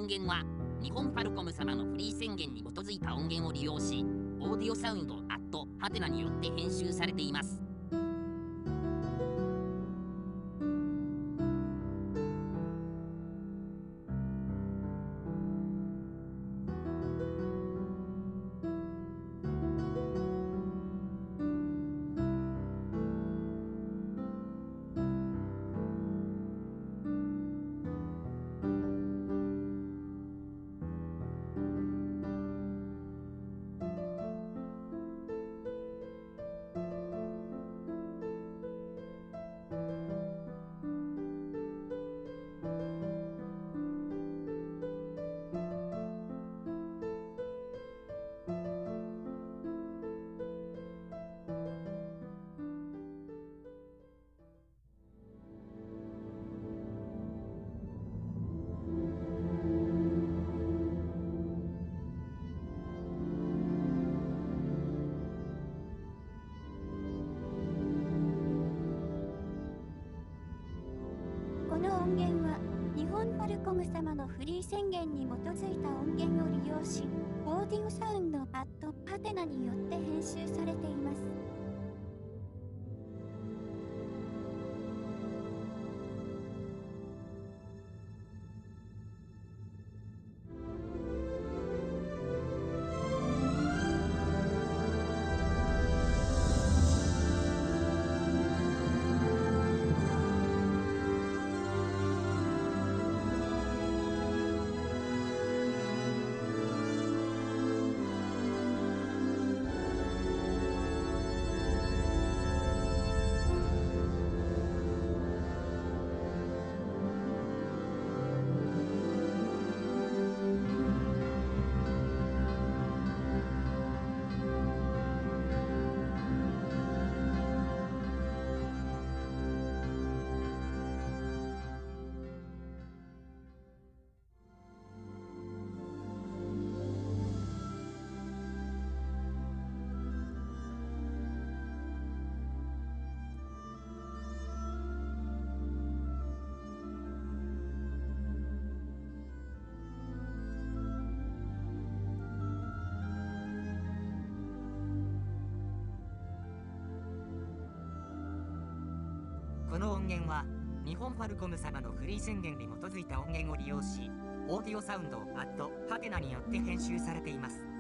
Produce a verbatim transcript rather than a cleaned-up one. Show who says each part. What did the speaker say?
Speaker 1: 音源は日本ファルコム様のフリー宣言に基づいた音源を利用し、オーディオサウンドアットハテナによって編集されています。
Speaker 2: この音源は日本ファルコム様のフリー宣言に基づいた音源を利用し、オーディオサウンドアットハテナによって編集されています。
Speaker 3: この音源は日本ファルコム様のフリー宣言に基づいた音源を利用し、オーディオサウンドアットハテナによって編集されています。